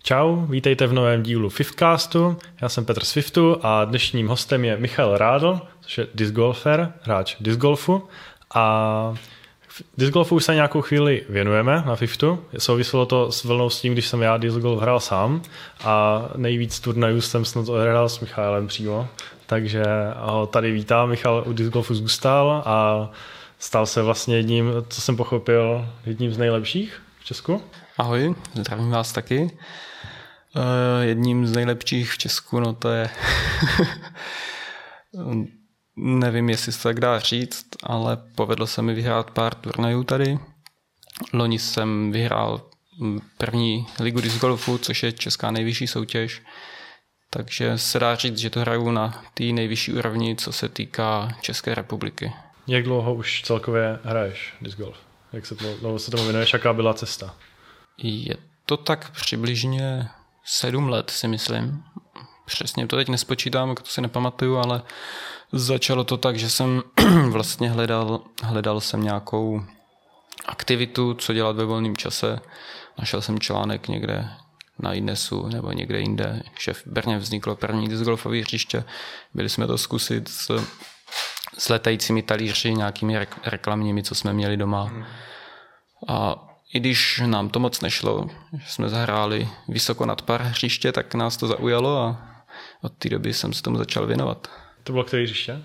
Čau, vítejte v novém dílu Fifthcastu. Já jsem Petr z Fiftu a dnešním hostem je Michal Rádl, což je discgolfer, hráč discgolfu. A discgolfu už se nějakou chvíli věnujeme na Fiftu. Souviselo to s vlnou s tím, když jsem já discgolf hrál sám a nejvíc turnajů jsem snad odehrál s Michálem přímo. Takže ho tady vítám. Michal u discgolfu zůstal a stal se vlastně jedním, co jsem pochopil, jedním z nejlepších v Česku. Ahoj, zdravím vás taky. Jedním z nejlepších v Česku, no to je... Nevím, jestli se tak dá říct, ale povedlo se mi vyhrát pár turnajů tady. Loni jsem vyhrál první ligu discgolfu, což je česká nejvyšší soutěž. Takže se dá říct, že to hraju na té nejvyšší úrovni, co se týká České republiky. Jak dlouho už celkově hraješ discgolf? Jak se dlouho se tomu věnuješ? Jaká byla cesta? Je to tak přibližně 7 let, si myslím. Přesně to teď nespočítám, to si nepamatuju, ale začalo to tak, že jsem vlastně hledal jsem nějakou aktivitu, co dělat ve volném čase. Našel jsem článek někde na Inesu nebo někde jinde, že v Brně vzniklo první discgolfové hřiště. Byli jsme to zkusit s letajícími talíři, nějakými reklamními, co jsme měli doma. A i když nám to moc nešlo, že jsme zahráli vysoko nad pár hřiště, tak nás to zaujalo a od té doby jsem se tomu začal věnovat. To bylo které hřiště?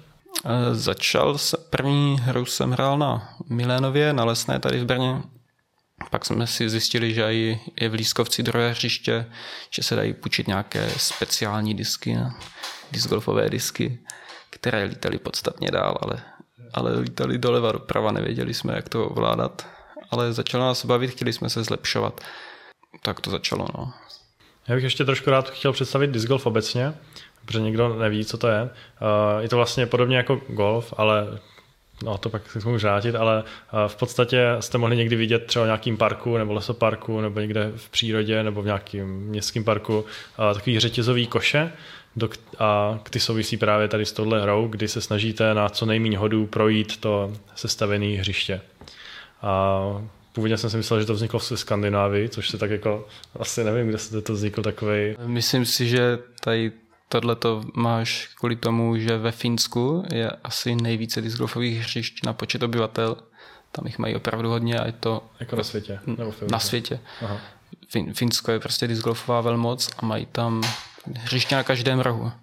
První hru jsem hrál na Milénově, na Lesné tady v Brně. Pak jsme si zjistili, že je v Lískovci druhé hřiště, že se dají půjčit nějaké speciální disky, discgolfové disky, které lítaly podstatně dál, ale lítaly doleva doprava, nevěděli jsme, jak to ovládat. Ale začalo nás bavit, chtěli jsme se zlepšovat. Tak to začalo, no. Já bych ještě trošku rád chtěl představit discgolf obecně, protože někdo neví, co to je. Je to vlastně podobně jako golf, ale no, to pak se můžu vrátit, ale v podstatě jste mohli někdy vidět třeba v nějakým parku nebo lesoparku nebo někde v přírodě nebo v nějakém městském parku takový řetězový koše, a ty souvisí právě tady s touhle hrou, kdy se snažíte na co nejméně hodů projít to sestavené hřiště. A původně jsem si myslel, že to vzniklo v Skandinávii, což se tak jako asi nevím, kde se to vzniklo takovej. Myslím si, že tady tohleto máš kvůli tomu, že ve Finsku je asi nejvíce discgolfových hřišť na počet obyvatel. Tam jich mají opravdu hodně a je to... Jako na světě? Nebo na světě. Aha. Finsko je prostě discgolfová velmoc a mají tam hřiště na každém rohu.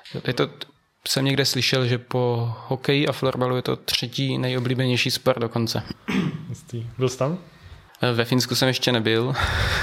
Jsem někde slyšel, že po hokeji a florbalu je to třetí nejoblíbenější sport dokonce. Byl jsi tam? Ve Finsku jsem ještě nebyl.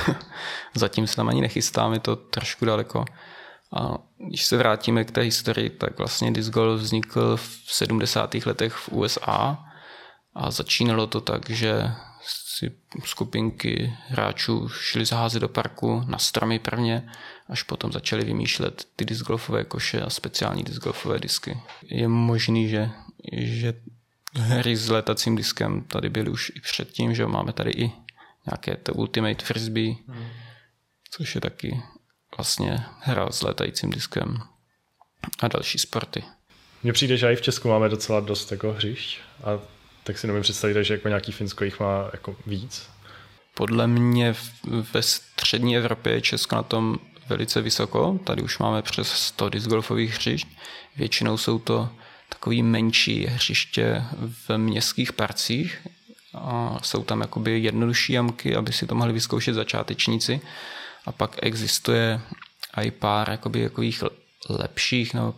Zatím se tam ani nechystám, je to trošku daleko. A když se vrátíme k té historii, tak vlastně discgolf vznikl v 70. letech v USA a začínalo to tak, že si skupinky hráčů šli zaházet do parku na stromy prvně, až potom začali vymýšlet ty discgolfové koše a speciální discgolfové disky. Je možný, že hry s letacím diskem tady byly už i předtím, že máme tady i nějaké to Ultimate Frisbee, což je taky vlastně hra s letajícím diskem a další sporty. Mně přijde, že i v Česku máme docela dost jako hřišť a tak si nemůžu představit, že jako nějaký Finsko jich má jako víc. Podle mě ve střední Evropě je Česko na tom velice vysoko. Tady už máme přes 100 discgolfových hřišť. Většinou jsou to takový menší hřiště v městských parcích. A jsou tam jakoby jednodušší jamky, aby si to mohli vyzkoušet začátečníci. A pak existuje i pár jakoby lepších nebo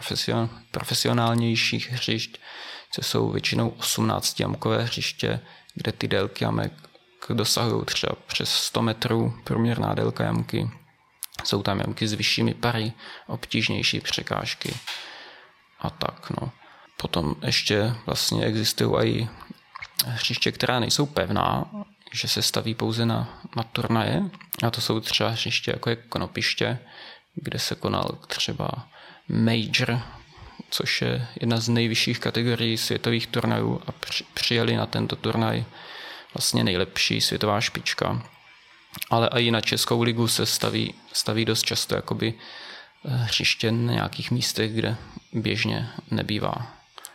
profesionálnějších hřišť, co jsou většinou 18-jamkové hřiště, kde ty délky jamek dosahují třeba přes 100 metrů, průměrná délka jamky. Jsou tam jamky s vyššími pary, obtížnější překážky a tak, no. Potom ještě vlastně existují i hřiště, která nejsou pevná, že se staví pouze na turnaje. A to jsou třeba hřiště jako je Konopiště, kde se konal třeba Major, což je jedna z nejvyšších kategorií světových turnajů a přijeli na tento turnaj vlastně nejlepší světová špička. Ale i na Českou ligu se staví dost často jakoby hřiště na nějakých místech, kde běžně nebývá.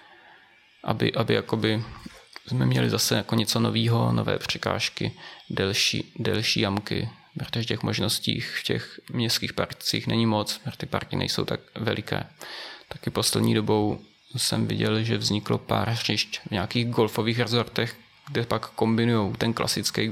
Aby jakoby jsme měli zase jako něco nového, nové překážky, delší jamky, protože těch možností v těch městských parcích není moc, protože ty parky nejsou tak veliké. Taky poslední dobou jsem viděl, že vzniklo pár hřišť v nějakých golfových rezortech, kde pak kombinují ten klasický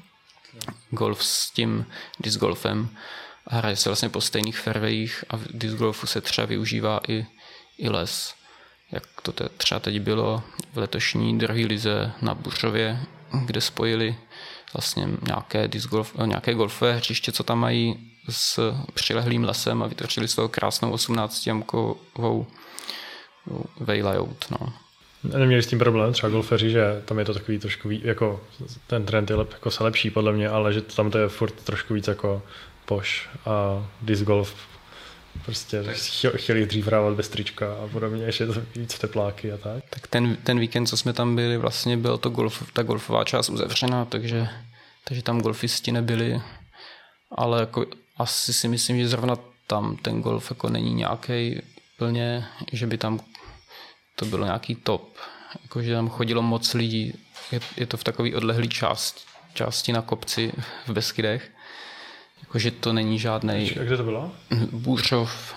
golf s tím disc golfem a hraje se vlastně po stejných fairwayích a v disc golfu se třeba využívá i les. Jak to třeba teď bylo v letošní druhé lize na Buřově, kde spojili vlastně nějaké golfové hřiště, co tam mají s přilehlým lesem a vytvořili z toho krásnou 18-jamkovou layout. No. Neměli s tím problém, třeba golferi, že tam je to takový trošku jako ten trend je jako se lepší podle mě, ale že tam to je furt trošku víc jako poš a disc golf prostě chtěli dřív hrávat bez trička a podobně, ještě to víc tepláky a tak. Tak ten víkend, co jsme tam byli, vlastně byl to ta golfová část uzavřená, takže tam golfisti nebyli, ale jako asi si myslím, že zrovna tam ten golf jako není nějaký plně, že by tam to bylo nějaký top, jakože tam chodilo moc lidí, je to v takový odlehlý části na kopci v Beskydech, jakože to není žádnej... A kde to bylo? Bůřov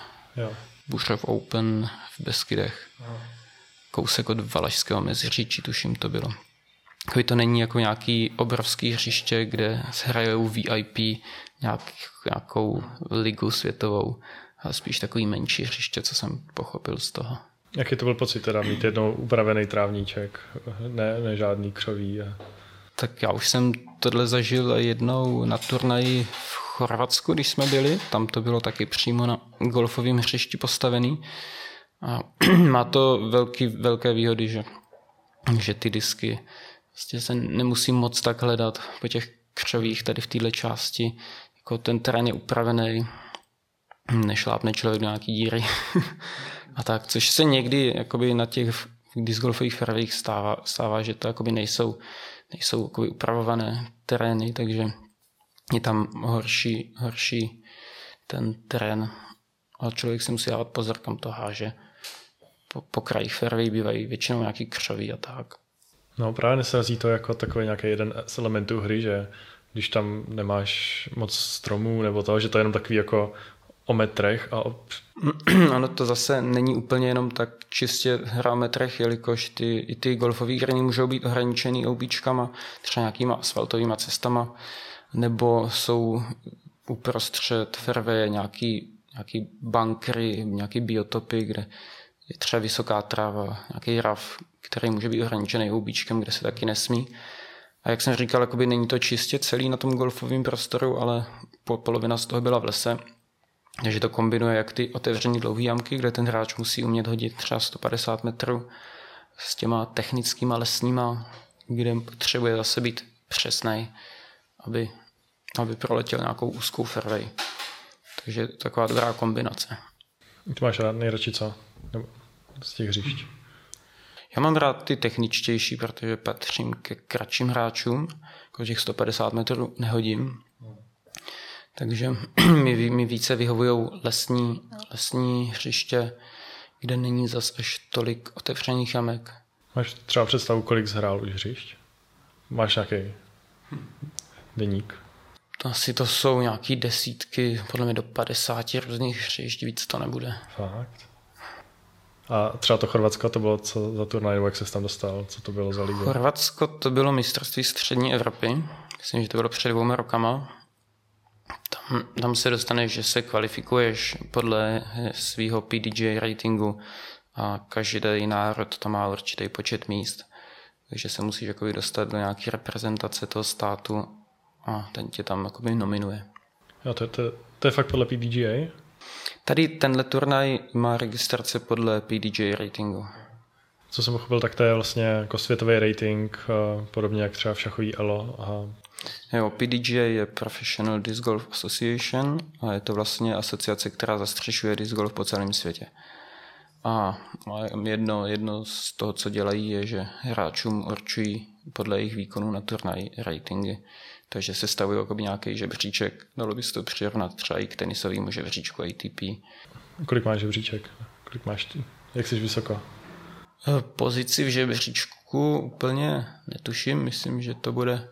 Open v Beskydech. Kousek od Valašského Meziříčí, tuším to bylo. Takový to není jako nějaký obrovský hřiště, kde hrajou VIP nějakou ligu světovou, ale spíš takový menší hřiště, co jsem pochopil z toho. Jaký to byl pocit teda mít jednou upravený trávníček, ne žádný křoví? Tak já už jsem tohle zažil jednou na turnaji v Chorvatsku, když jsme byli. Tam to bylo taky přímo na golfovém hřišti postavený. A má to velké výhody, že ty disky vlastně se nemusí moc tak hledat po těch křovích tady v této části. Jako ten terén je upravený, nešlápne člověk do nějaký díry. A tak, což se někdy jakoby na těch disc golfových fairwayích stává, že to jakoby nejsou jakoby upravované terény, takže je tam horší ten terén. Ale člověk si musí dávat pozor, kam to háže. Po krajích fairway bývají většinou nějaký křoví a tak. No právě nesrazí to jako takový nějaký jeden z elementů hry, že když tam nemáš moc stromů nebo toho, že to je jenom takový jako o metrech a Ano, to zase není úplně jenom tak čistě hra o metrech, jelikož ty golfové hry můžou být ohraničený oubíčkama, třeba nějakýma asfaltovýma cestama, nebo jsou uprostřed fairwaye nějaký bunkry, nějaký biotopy, kde je třeba vysoká tráva, nějaký raf, který může být ohraničený houbíčkem, kde se taky nesmí. A jak jsem říkal, jakoby není to čistě celý na tom golfovém prostoru, ale polovina z toho byla v lese. Takže to kombinuje jak ty otevřený dlouhé jamky, kde ten hráč musí umět hodit třeba 150 metrů s těma technickýma lesníma, kde potřebuje zase být přesnej, aby proletěl nějakou úzkou fairway. Takže taková dobrá kombinace. Ty máš rád nejradši co? Nebo z těch hřišť? Já mám rád ty techničtější, protože patřím ke kratším hráčům, jako těch 150 metrů nehodím. Takže mi více vyhovují lesní hřiště, kde není zas až tolik otevřených jamek. Máš třeba představu, kolik zhrál už hřišť? Máš nějaký deník? Asi to jsou nějaký desítky, podle mě do 50 různých hřišť, víc to nebude. Fakt? A třeba to Chorvatsko, to bylo co za turnaj, nebo jak ses tam dostal? Co to bylo za ligu? Chorvatsko to bylo mistrovství střední Evropy. Myslím, že to bylo před 2 rokama. Tam se dostaneš, že se kvalifikuješ podle svého PDGA ratingu a každý národ tam má určitý počet míst. Takže se musíš jakoby dostat do nějaké reprezentace toho státu a ten tě tam jakoby nominuje. Jo, to je fakt podle PDGA? Tady tenhle turnaj má registrace podle PDGA ratingu. Co jsem pochopil, tak to je vlastně jako světový rating, podobně jak třeba v šachový ELO. Jo, PDGA je Professional Disc Golf Association a je to vlastně asociace, která zastřešuje disc golf po celém světě. A jedno z toho, co dělají, je, že hráčům určují podle jejich výkonů na turnaj ratingy. Takže se stavují jako nějaký žebříček. Dalo by se to přirovnat třeba i k tenisovému žebříčku ATP. Kolik máš žebříček? Kolik máš ty? Jak jsi vysoko? Pozici v žebříčku úplně netuším. Myslím, že to bude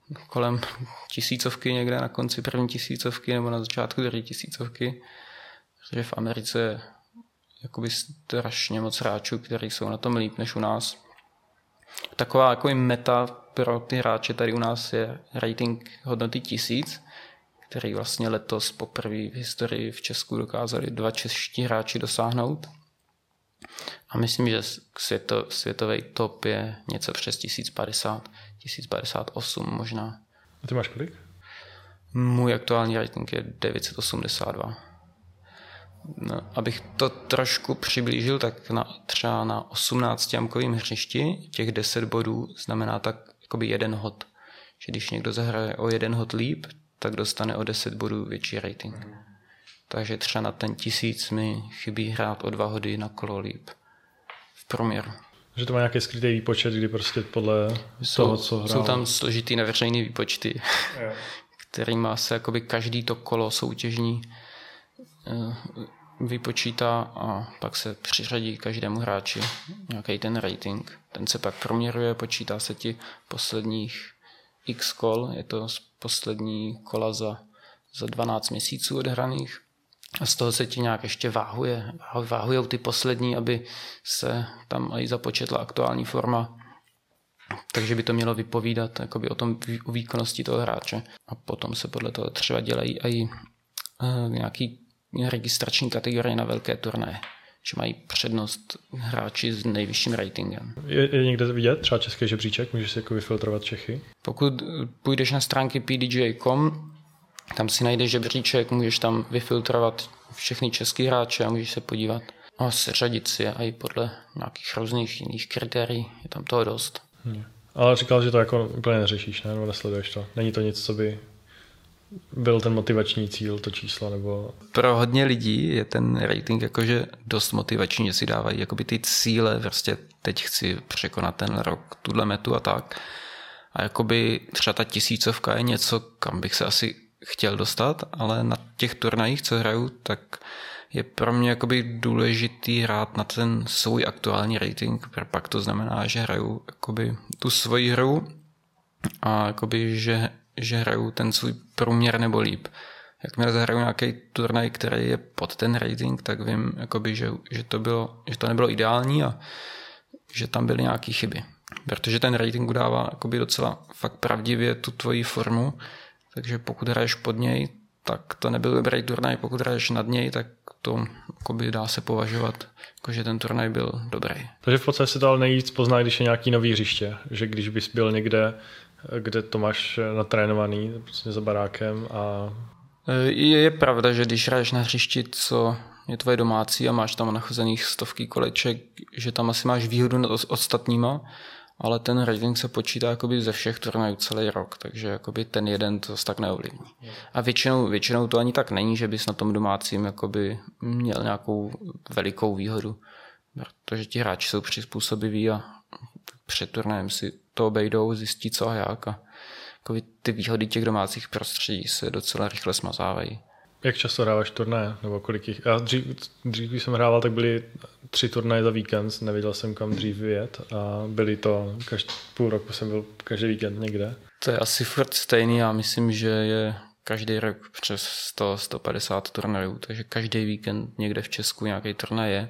kolem 1000 někde na konci první 1000 nebo na začátku druhé 1000. Protože v Americe je jakoby strašně moc hráčů, kteří jsou na tom líp než u nás. Taková jako meta pro ty hráče tady u nás je rating hodnoty 1000, který vlastně letos poprvé v historii v Česku dokázali 2 čeští hráči dosáhnout. A myslím, že světový top je něco přes 1050, 1058 možná. A ty máš kolik? Můj aktuální rating je 982. No, abych to trošku přiblížil, tak třeba na 18-jamkovém hřišti těch 10 bodů znamená tak jakoby 1 hod. Že když někdo zahraje o 1 hod líp, tak dostane o 10 bodů větší rating. Takže třeba na ten 1000 mi chybí hrát o 2 hody na kolo líp. V průměru. Že to má nějaký skrytý výpočet, kdy prostě podle toho, co hrál. Jsou tam složitý neveřejný výpočty, kterýma se jakoby každý to kolo soutěžní vypočítá a pak se přiřadí každému hráči nějaký ten rating. Ten se pak proměruje, počítá se ti posledních x kol, je to poslední kola za 12 měsíců odhraných a z toho se ti nějak ještě váhujou ty poslední, aby se tam i započetla aktuální forma. Takže by to mělo vypovídat jakoby o výkonnosti toho hráče. A potom se podle toho třeba dělají i nějaký registrační kategorie na velké turnaje, že mají přednost hráči s nejvyšším ratingem. Je někde vidět třeba český žebříček? Můžeš si jako vyfiltrovat Čechy? Pokud půjdeš na stránky pdj.com, tam si najdeš žebříček, můžeš tam vyfiltrovat všechny český hráče a můžeš se podívat a seřadit si je i podle nějakých různých jiných kritérií. Je tam toho dost. Ale říkal, že to jako úplně neřešíš, ne? Nebo nesleduješ to? Není to nic, co by byl ten motivační cíl, to číslo, nebo... Pro hodně lidí je ten rating jakože dost motivační, že si dávají jakoby ty cíle, prostě teď chci překonat ten rok, tuhle metu a tak. A jakoby třeba ta 1000 je něco, kam bych se asi chtěl dostat, ale na těch turnajích, co hraju, tak je pro mě jakoby důležitý hrát na ten svůj aktuální rating, pak to znamená, že hraju jakoby tu svoji hru a jakoby, že hraju ten svůj průměr nebo líp. Jakmile zahraju nějaký turnaj, který je pod ten rating, tak vím, jakoby, že to nebylo ideální a že tam byly nějaké chyby. Protože ten rating udává jakoby docela fakt pravdivě tu tvoji formu, takže pokud hraješ pod něj, tak to nebyl dobrý turnaj, pokud hraješ nad něj, tak to jakoby dá se považovat, jako že ten turnaj byl dobrý. Takže v podstatě se to ale nejvíc pozná, když je nějaký nový hřiště, že když bys byl někde, kde to máš natrénovaný prostě za barákem a... Je pravda, že když hraješ na hřišti, co je tvoje domácí a máš tam nachozených stovky koleček, že tam asi máš výhodu nad ostatníma, ale ten rating se počítá jakoby ze všech turnajů celý rok, takže jakoby ten jeden to tak neovlivní. A většinou to ani tak není, že bys na tom domácím jakoby měl nějakou velikou výhodu, protože ti hráči jsou přizpůsobiví a před turnajem si to obejdou, zjistí co a jak a jakoby ty výhody těch domácích prostředí se docela rychle smazávají. Jak často hráváš turnaje? Nebo kolik jich? Já dřív, když jsem hrával, tak byly 3 turnaje za víkend, nevěděl jsem kam dřív vyjet a byly to, půl roku jsem byl každý víkend někde. To je asi furt stejný, já myslím, že je každý rok přes 100-150 turnajů, takže každý víkend někde v Česku nějaký turnaj je,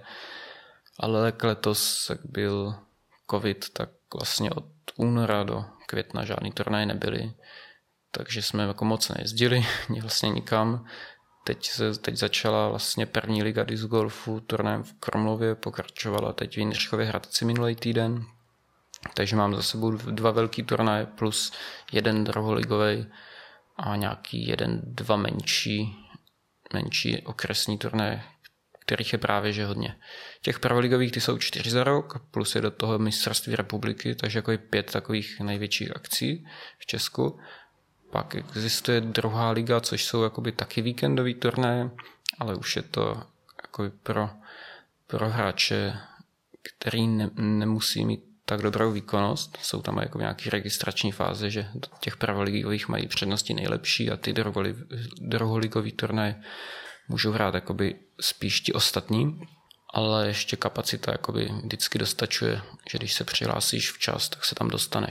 ale letos, jak byl covid, tak vlastně od února do května žádný turnaje nebyly, takže jsme jako moc nejezdili, vlastně nikam. Teď začala vlastně první liga disc golfu turnajem v Krumlově, pokračovala teď v Jindřichově Hradci minulý týden, takže mám za sebou 2 velký turnaje plus 1 druholigový a nějaký 1-2 menší okresní turnaje, kterých je právě že hodně. Těch prvoligových ty jsou 4 za rok, plus je do toho mistrovství republiky, takže jako 5 takových největších akcí v Česku. Pak existuje druhá liga, což jsou jakoby taky víkendový turnaje, ale už je to jakoby pro hráče, který nemusí mít tak dobrou výkonnost. Jsou tam jako nějaké registrační fáze, že do těch prvoligových mají přednosti nejlepší a ty druholigový turnaje můžou hrát jakoby spíš ti ostatní, ale ještě kapacita jakoby vždycky dostačuje, že když se přihlásíš včas, tak se tam dostaneš.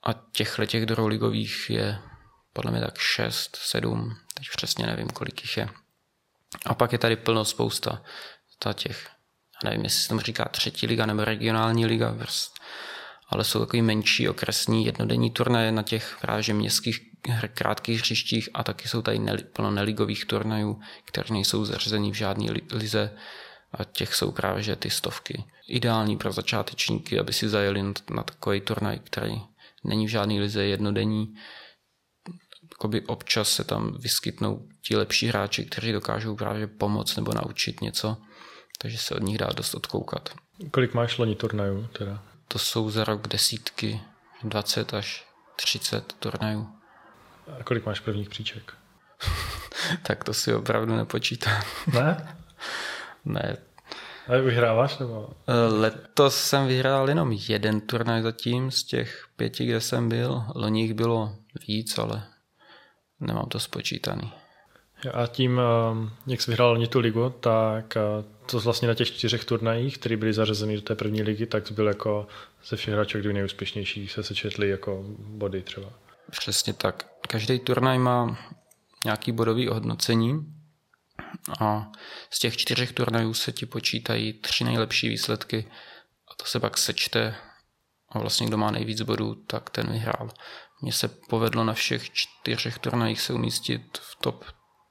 A těch druholigových je podle mě tak 6, 7, teď přesně nevím, kolik jich je. A pak je tady plno spousta těch, nevím, jestli se tomu říká třetí liga nebo regionální liga, ale jsou takový menší okresní jednodenní turnaje na těch právě městských krátkých hřištích a taky jsou tady plno neligových turnajů, které nejsou zařazení v žádné lize a těch jsou právě že ty stovky. Ideální pro začátečníky, aby si zajeli na takový turnaj, který není v žádné lize jednodenní. Jakoby občas se tam vyskytnou ti lepší hráči, kteří dokážou právě pomoct nebo naučit něco, takže se od nich dá dost odkoukat. Kolik máš loni turnajů teda? To jsou za rok desítky, 20 až 30 turnajů. A kolik máš prvních příček? Tak to si opravdu nepočítám. Ne? Ne. A vyhráváš nebo? Letos jsem vyhrál jenom jeden turnaj zatím z těch 5, kde jsem byl. Loni jich bylo víc, ale nemám to spočítaný. A tím, jak jsi vyhrál loni tu ligu, tak to vlastně na těch 4 turnajích, které byly zařazeny do té první ligy, tak byl jako ze všech hráčů, kdy nejúspěšnější se sečetli jako body třeba. Přesně tak. Každý turnaj má nějaký bodový ohodnocení a z těch 4 turnajů se ti počítají 3 nejlepší výsledky a to se pak sečte a vlastně kdo má nejvíc bodů, tak ten vyhrál. Mně se povedlo na všech 4 turnajích se umístit v top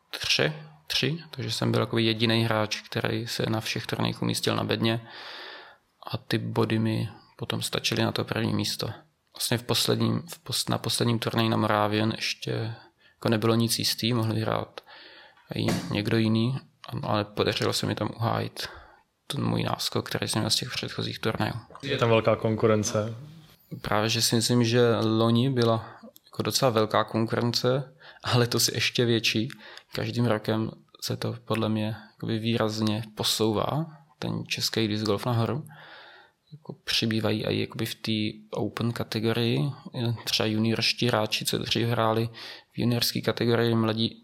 3, takže jsem byl takový jediný hráč, který se na všech turnajích umístil na bedně a ty body mi potom stačily na to první místo. Vlastně na posledním turnaji na Moravian ještě jako nebylo nic jistý, mohli hrát i někdo jiný, ale podařilo se mi tam uhájit ten můj náskok, který jsem měl z těch předchozích turnajů. Je tam velká konkurence? Právě, že si myslím, že loni byla jako docela velká konkurence, ale to si ještě větší. Každým rokem se to podle mě výrazně posouvá, ten český disc golf nahoru. Jako přibývají i v té open kategorii, třeba juniorští hráči, co dřív hráli v juniorské kategorii,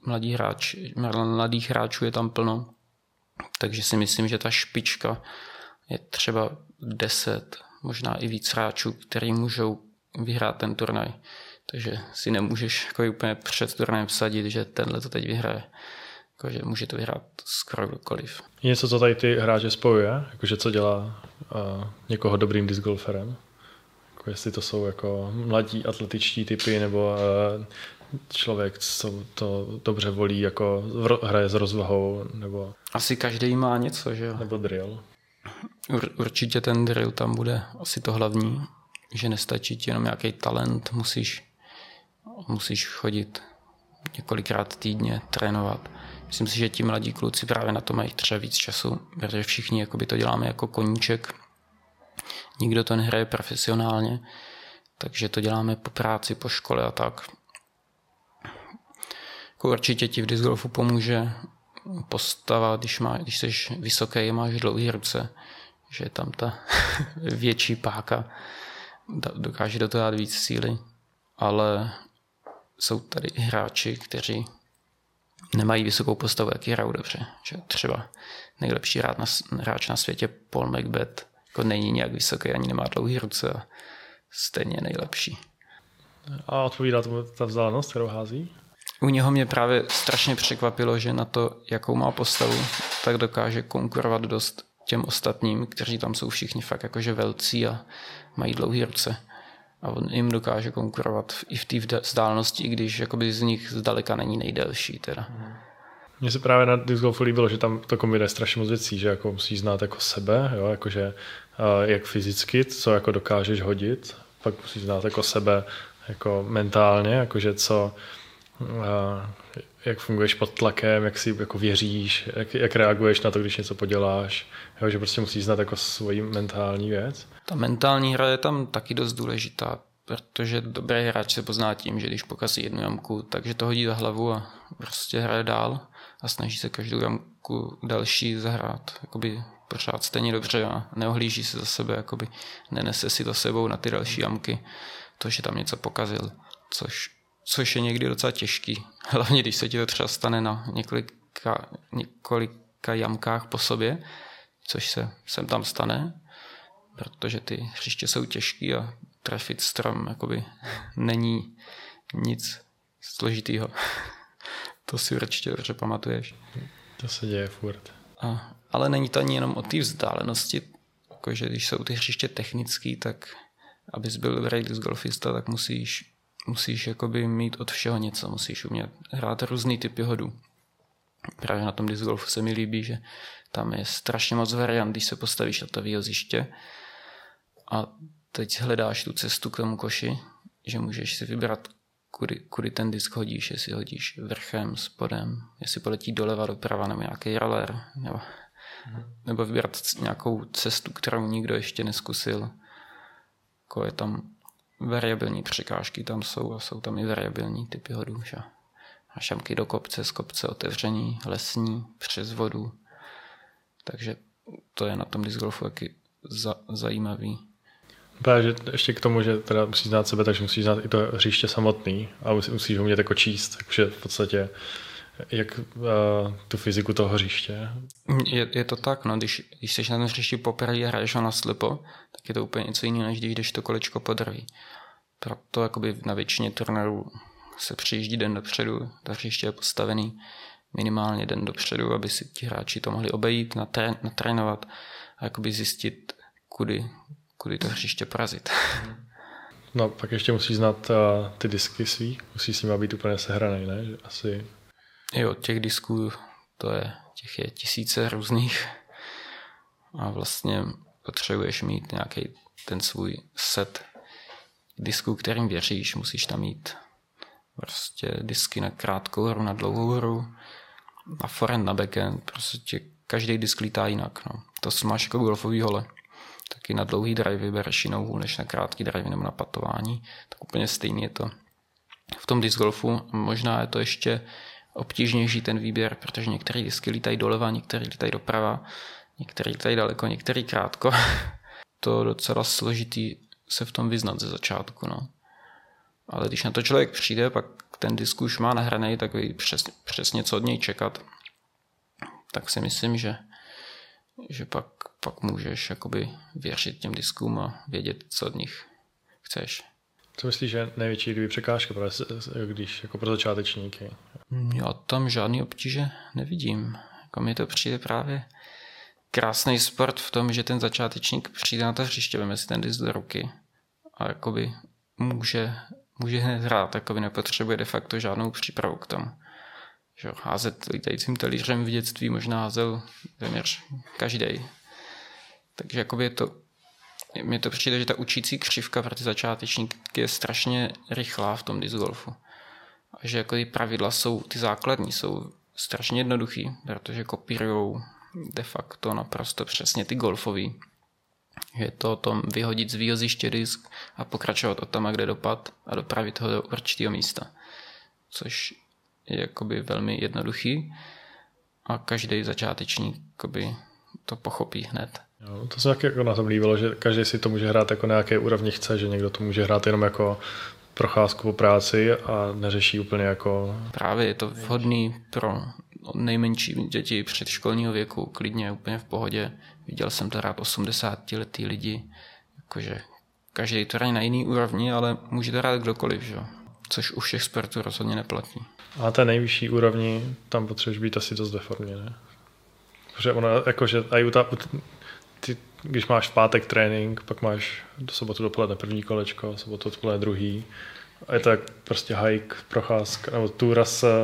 mladých hráčů je tam plno. Takže si myslím, že ta špička je třeba 10, možná i víc hráčů, který můžou vyhrát ten turnaj. Takže si nemůžeš jako úplně před turnajem vsadit, že tenhle to teď vyhraje. Jakože může to vyhrát skoro kdokoliv. Je něco, co tady ty hráče spojuje? Jakože co dělá někoho dobrým disc golferem? Jako jestli to jsou jako mladí atletičtí typy nebo člověk, co to dobře volí, jako hraje s rozvahou, nebo... Asi každý má něco, že jo? Nebo drill. Určitě ten drill tam bude asi to hlavní, že nestačí ti jenom nějaký talent, musíš chodit několikrát týdně, trénovat. Myslím si, že ti mladí kluci právě na to mají třeba víc času, protože všichni to děláme jako koníček. Nikdo to nehraje profesionálně, takže to děláme po práci, po škole a tak. Jako určitě ti v disc golfu pomůže postava, když jsi vysoký a máš dlouhé ruce, že je tam ta větší páka, dokáže do toho dát víc síly, ale jsou tady i hráči, kteří nemají vysokou postavu, jak hrajou dobře. Že třeba nejlepší hráč na světě Paul Macbeth jako není nějak vysoký, ani nemá dlouhé ruce a stejně nejlepší. A odpovídá tomu ta vzdálenost, kterou hází? U něho mě právě strašně překvapilo, že na to, jakou má postavu, tak dokáže konkurovat dost těm ostatním, kteří tam jsou všichni fakt jakože velcí a mají dlouhé ruce. A on jim dokáže konkurovat i v té vzdálenosti, i když jakoby z nich zdaleka není nejdelší. Teda. Mně se právě na disc golfu líbilo, že tam to kombinuje strašně moc věcí, že jako musíš znát jako sebe, jo, jakože jak fyzicky, co jako dokážeš hodit, pak musíš znát jako sebe jako mentálně, jakože co, jak funguješ pod tlakem, jak si jako věříš, jak reaguješ na to, když něco poděláš, jo, že prostě musíš znát jako svoji mentální věc. Ta mentální hra je tam taky dost důležitá, protože dobrý hráč se pozná tím, že když pokazí jednu jamku, takže to hodí za hlavu a prostě hraje dál a snaží se každou jamku další zahrát, jakoby pořád stejně dobře a neohlíží se za sebe, jakoby nenese si to sebou na ty další jamky, to, že tam něco pokazil, což je někdy docela těžký, hlavně když se ti to třeba stane na několika jamkách po sobě, což se sem tam stane, protože ty hřiště jsou těžký a trefit strom jakoby není nic složitýho. To si určitě dobře pamatuješ. To se děje furt. Ale není to ani jenom o té vzdálenosti, jakože když jsou ty hřiště technický, tak abys byl dobrý disc golfista, tak musíš jakoby mít od všeho něco, musíš umět hrát různý typy hodů. Právě na tom disc golfu se mi líbí, že tam je strašně moc variant, když se postavíš na to výhoziště a teď hledáš tu cestu k tomu koši, že můžeš si vybrat, kudy ten disk hodíš, jestli hodíš vrchem, spodem, jestli poletí doleva, doprava, nebo nějaký roller, nebo vybrat nějakou cestu, kterou nikdo ještě neskusil. Jako je tam variabilní překážky, tam jsou a jsou tam i variabilní typy hodů. Že? A šamky do kopce, z kopce otevření, lesní, přes vodu. Takže to je na tom disc golfu taky zajímavý. Právě, že ještě k tomu, že teda musíš znát sebe, takže musíš znát i to hřiště samotný a musíš umět jako číst, takže v podstatě jak tu fyziku toho hřiště. Je to tak, no, když jsi na tom hřišti poprvé a hraješ ho naslepo, tak je to úplně něco jiného, než když jdeš to kolečko podrví. Proto jakoby na většině turnérů se přijíždí den dopředu, to hřiště je postavený minimálně den dopředu, aby si ti hráči to mohli obejít, natrénovat a jakoby zjistit, kudy to hřiště porazit. No, pak ještě musíš znát ty disky svý, musíš s nimi být úplně sehranej, ne? Že asi... Jo, těch disků těch je tisíce různých a vlastně potřebuješ mít nějaký ten svůj set disků, kterým věříš, musíš tam mít prostě disky na krátkou hru, na dlouhou hru, na forehand, na backhand, prostě každý disk lítá jinak. No. To máš jako golfový hole. Taky na dlouhý drive bereš jinou hůl než na krátký drive nebo na patování. Tak úplně stejný je to v tom disc golfu. Možná je to ještě obtížnější ten výběr, protože některé disky lítají doleva, některé lítají doprava, některé lítají daleko, některé krátko. To docela složitý se v tom vyznat ze začátku. No. Ale když na to člověk přijde, pak ten disk už má nahraný, tak ví přesně co od něj čekat. Tak si myslím, že pak můžeš jakoby věřit těm diskům a vědět, co od nich chceš. Co myslíš, že je největší překážka, když jako pro začátečníky? Já tam žádný obtíže nevidím. Jako mi to přijde právě krásný sport v tom, že ten začátečník přijde na to hřiště, veme si ten disk do ruky a jakoby může hned hrát, jakoby nepotřebuje de facto žádnou přípravu k tomu. Že házet lítajícím talířem v dětství možná házel téměř každý. Takže jakoby mně to přijde, že ta učící křivka pro ty začátečníky je strašně rychlá v tom disc golfu. A že jako ty pravidla ty základní jsou strašně jednoduchý, protože kopírujou de facto naprosto přesně ty golfový. Je to o tom vyhodit z výhoziště disk a pokračovat od tam, kde dopad a dopravit ho do určitého místa. Což je jakoby velmi jednoduchý a každý začátečník jakoby to pochopí hned. Jo, to se taky jako na tom líbilo, že každý si to může hrát jako na nějaké úrovni chce, že někdo to může hrát jenom jako procházku po práci a neřeší úplně jako... Právě je to vhodný pro nejmenší děti předškolního věku, klidně úplně v pohodě. Viděl jsem to hrát 80letý lidi, jakože každý to hraje na jiný úrovni, ale může to hrát kdokoliv, že? Což u všech sportů rozhodně neplatí. A té nejvyšší úrovni, tam potřebuješ být asi dost ve formě, ne? Protože ono, jakože když máš v pátek trénink, pak máš do sobotu dopoledne první kolečko, sobotu dopoledne druhý. A je to jak prostě hike, procházka, nebo túra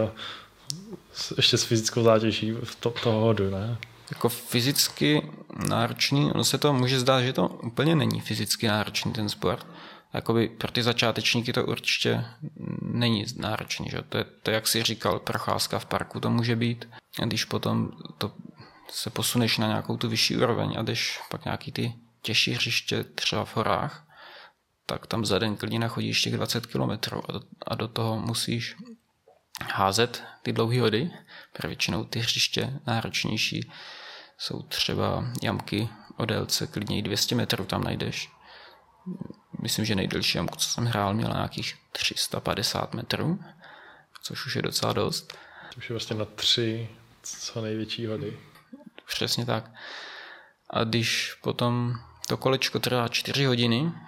ještě s fyzickou zátěží v toho hodu, ne? Jako fyzicky náročný, ono se to může zdát, že to úplně není fyzicky náročný ten sport. Jakoby pro ty začátečníky to určitě není náročný. Že? To jak jsi říkal, procházka v parku to může být. A když potom se posuneš na nějakou tu vyšší úroveň a jdeš pak nějaký ty těžší hřiště třeba v horách, tak tam za den klidně nachodíš těch 20 kilometrů a do toho musíš házet ty dlouhé hody, protože většinou ty hřiště náročnější jsou třeba jamky o délce, klidně i 200 metrů tam najdeš. Myslím, že nejdelší jamku, co jsem hrál, měla nějakých 350 metrů, což už je docela dost. To už je vlastně na 3 co největší hody. Přesně tak. A když potom to kolečko trvá 4 hodiny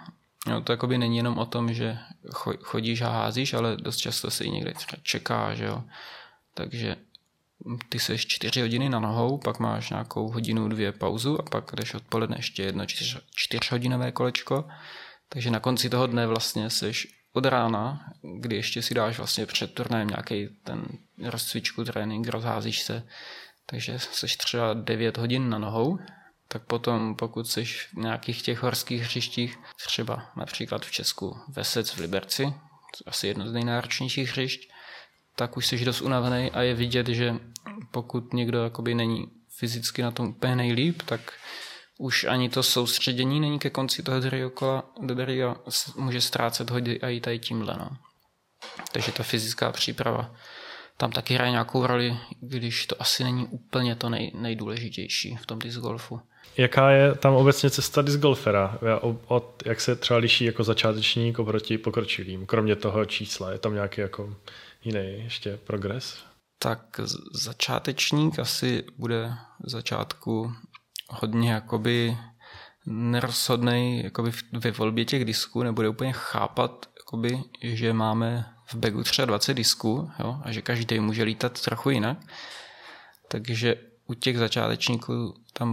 No, to jakoby není jenom o tom, že chodíš a házíš, ale dost často se i někde třeba čeká, že jo. Takže ty seš 4 hodiny na nohou, pak máš nějakou hodinu, 2 pauzu a pak jdeš odpoledne ještě jedno 4hodinové kolečko. Takže na konci toho dne vlastně seš od rána, kdy ještě si dáš vlastně před turnajem nějaký ten rozcvičku, trénink, rozházíš se. Takže seš třeba 9 hodin na nohou. Tak potom, pokud jsi v nějakých těch horských hřištích, třeba například v Česku Vesec v Liberci, asi jedno z nejnáročnějších hřišť, tak už jsi dost unavený a je vidět, že pokud někdo jakoby není fyzicky na tom úplně nejlíp, tak už ani to soustředění není ke konci toho druhého kola dobrý a může ztrácet hody a i tady tímhle. No. Takže ta fyzická příprava tam taky hraje nějakou roli, když to asi není úplně to nejdůležitější v tom disc golfu. Jaká je tam obecně cesta disc golfera? Jak se třeba liší jako začátečník oproti pokročilým? Kromě toho čísla, je tam nějaký jako jiný ještě progres? Tak začátečník asi bude v začátku hodně jakoby nerozhodnej jakoby ve volbě těch disků, nebude úplně chápat, jakoby, že máme v bagu třeba 20 disků, jo, a že každý může lítat trochu jinak. Takže u těch začátečníků tam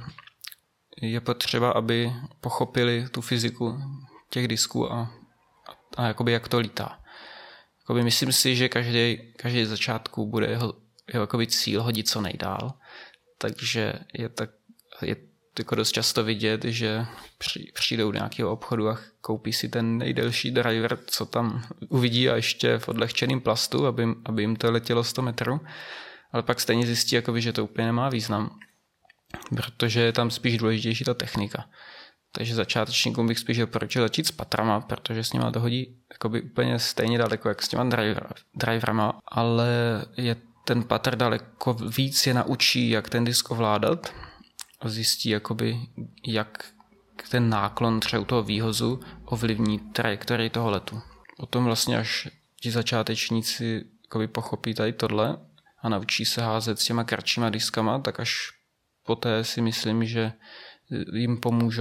je potřeba, aby pochopili tu fyziku těch disků a jakoby jak to lítá. Jakoby myslím si, že každý začátku bude jeho jakoby cíl hodit co nejdál. Takže je jako dost často vidět, že přijdou do nějakého obchodu a koupí si ten nejdelší driver, co tam uvidí a ještě v odlehčeném plastu, aby jim to letělo 100 metrů. Ale pak stejně zjistí, jakoby, že to úplně nemá význam, protože je tam spíš důležitější ta technika. Takže začátečníkům bych spíš doporučil začít s patrama, protože s nima to hodí jakoby úplně stejně daleko, jak s těma driverama, ale ten patr daleko víc je naučí, jak ten disk ovládat a zjistí, jakoby, jak ten náklon třeba u toho výhozu ovlivní trajektorii toho letu. Potom vlastně až ti začátečníci jakoby pochopí tady tohle a naučí se házet s těma kratšíma diskama, tak až poté si myslím, že jim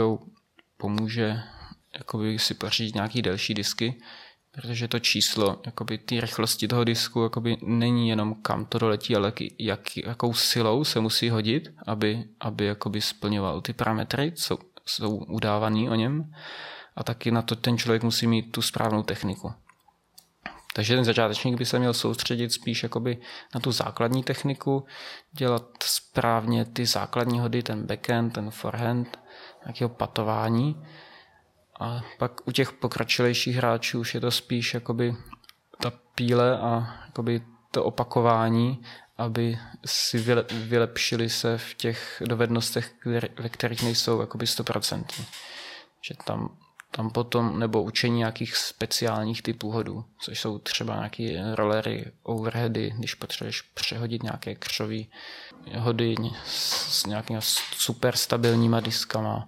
pomůže jakoby si pořídit nějaký delší disky, protože to číslo jakoby ty rychlosti toho disku jakoby není jenom kam to doletí, ale jakou silou se musí hodit, aby jakoby splňoval ty parametry, co jsou udávaný o něm, a taky na to ten člověk musí mít tu správnou techniku. Takže ten začátečník by se měl soustředit spíš jakoby na tu základní techniku, dělat správně ty základní hody, ten backhand, ten forehand, nějakého patování. A pak u těch pokročilejších hráčů už je to spíš jakoby ta píle a jakoby to opakování, aby si vylepšili se v těch dovednostech, ve kterých nejsou jakoby 100%. Že tam potom, nebo učení nějakých speciálních typů hodů, což jsou třeba nějaké rollery, overheady, když potřebuješ přehodit nějaké křové hody s nějakými super stabilníma diskama,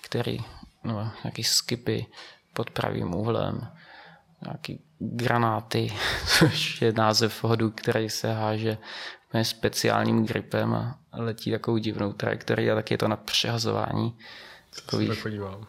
nějaký skipy pod pravým úhlem, nějaký granáty, což je název hodu, který se háže speciálním gripem a letí takovou divnou trajektorii, a tak je to na přehazování takových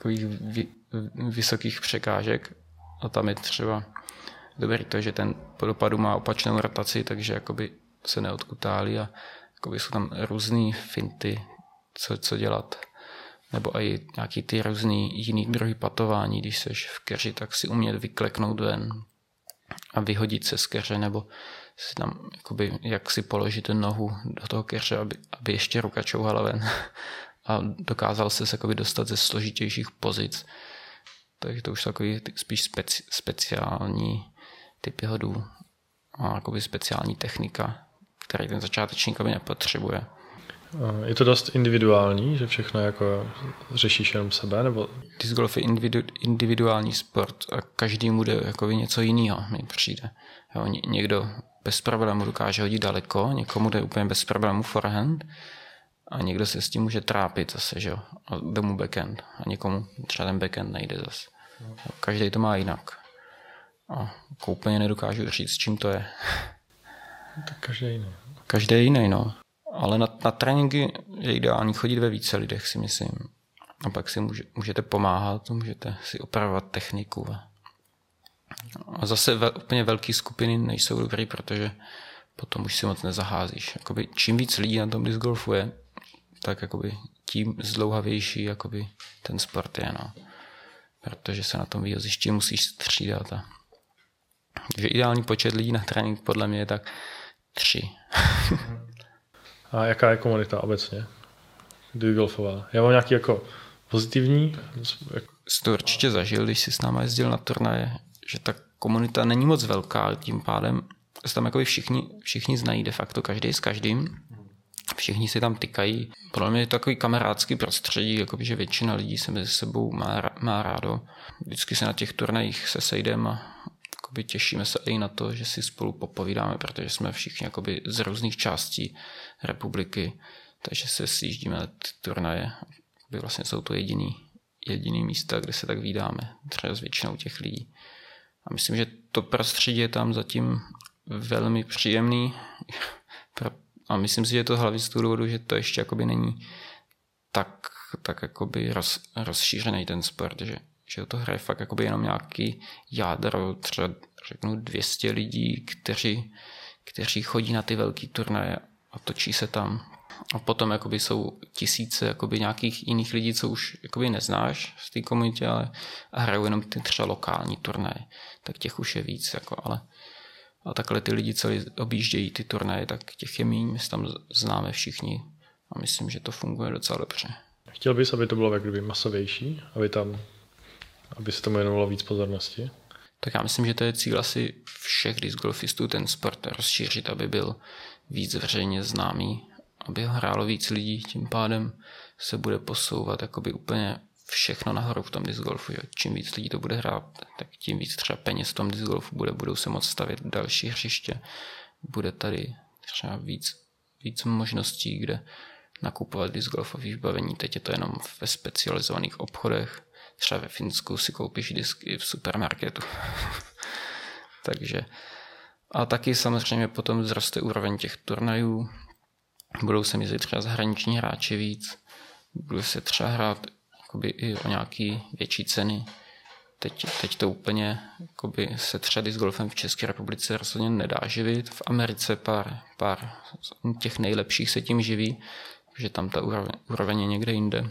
vysokých překážek. A tam je třeba dobrý to, že ten po dopadu má opačnou rotaci, takže jakoby se neodkutálí a jakoby jsou tam různý finty, co dělat. Nebo i nějaký ty různý jiný druhy patování, když seš v keři, tak si umět vykleknout ven a vyhodit se z keře, nebo si tam jakoby, jak si položit nohu do toho keře, aby ještě ruka čouhala ven a dokázal se jakoby dostat ze složitějších pozic. Takže to už jsou takový spíš speciální typy hodů a jakoby speciální technika, který ten začátečník nepotřebuje. Je to dost individuální, že všechno jako řešíš jenom sebe, nebo? Disc golf je individuální sport a každému jde jako něco jiného, mi přijde. Jo, někdo bez problému dokáže hodit daleko, někomu jde úplně bez problému forehand a někdo se s tím může trápit zase, že jo, a jde mu backhand a někomu třeba ten backhand nejde zase. Každý to má jinak. A úplně nedokážu říct, čím to je. Tak každý jiný. Každý jiný, no. Ale na tréninky je ideální chodit ve více lidech, si myslím. A pak si můžete pomáhat, můžete si opravovat techniku. A zase úplně velké skupiny nejsou dobrý, protože potom už si moc nezaházíš. Jakoby, čím víc lidí na tom disc golfu je, tak jakoby, tím zdlouhavější jakoby, ten sport je. No. Protože se na tom výjezišti musíš střídat. Takže ideální počet lidí na trénink podle mě je tak 3. A jaká je komunita obecně? Disc golfová. Já mám nějaký jako pozitivní? Jsi to určitě zažil, když jsi s náma jezdil na turnaje, že ta komunita není moc velká, tím pádem se tam jakoby všichni znají de facto, každý s každým. Všichni si tam tykají. Podle mě je to takový kamarádský prostředí, jakoby, že většina lidí se mezi sebou má rádo. Vždycky se na těch turnajích se sejdeme a jakoby, těšíme se i na to, že si spolu popovídáme, protože jsme všichni jakoby, z různých částí republiky, takže se sjíždíme na ty turnaje. Vlastně jsou to jediný místa, kde se tak vídáme, třeba s většinou těch lidí. A myslím, že to prostředí je tam zatím velmi příjemný. A myslím si, že je to hlavně z toho důvodu, že to ještě jakoby není tak jakoby rozšířený ten sport, že to hraje fakt jakoby jenom nějaký jádro, třeba řeknu 200 lidí, kteří chodí na ty velký turnaje a točí se tam. A potom jakoby jsou tisíce jakoby nějakých jiných lidí, co už jakoby neznáš z té komunitě, ale hrajou jenom ty třeba lokální turnaje. Tak těch už je víc. A takhle ty lidi, co objíždějí ty turnaje, tak těch je míň, my se tam známe všichni a myslím, že to funguje docela dobře. Chtěl bys, aby to bylo jak kdyby masovější, aby se tomu věnovalo víc pozornosti? Tak já myslím, že to je cíl asi všech disc golfistů, ten sport rozšířit, aby byl víc veřejně známý, aby ho hrálo víc lidí, tím pádem se bude posouvat jakoby úplně všechno nahoru v tom disc golfu. Jo. Čím víc lidí to bude hrát, tak tím víc třeba peněz v tom disc golfu budou se moct stavět další hřiště. Bude tady třeba víc možností, kde nakupovat disc golfové vybavení. Teď je to jenom ve specializovaných obchodech. Třeba ve Finsku si koupíš disky v supermarketu. Takže a taky samozřejmě potom vzroste úroveň těch turnajů. Budou se mít třeba zahraniční hráči víc. Bude se třeba hrát i o nějaký větší ceny. Teď to úplně se třeba disc golfem v České republice rozhodně nedá živit. V Americe pár těch nejlepších se tím živí, že tam ta úroveň je někde jinde.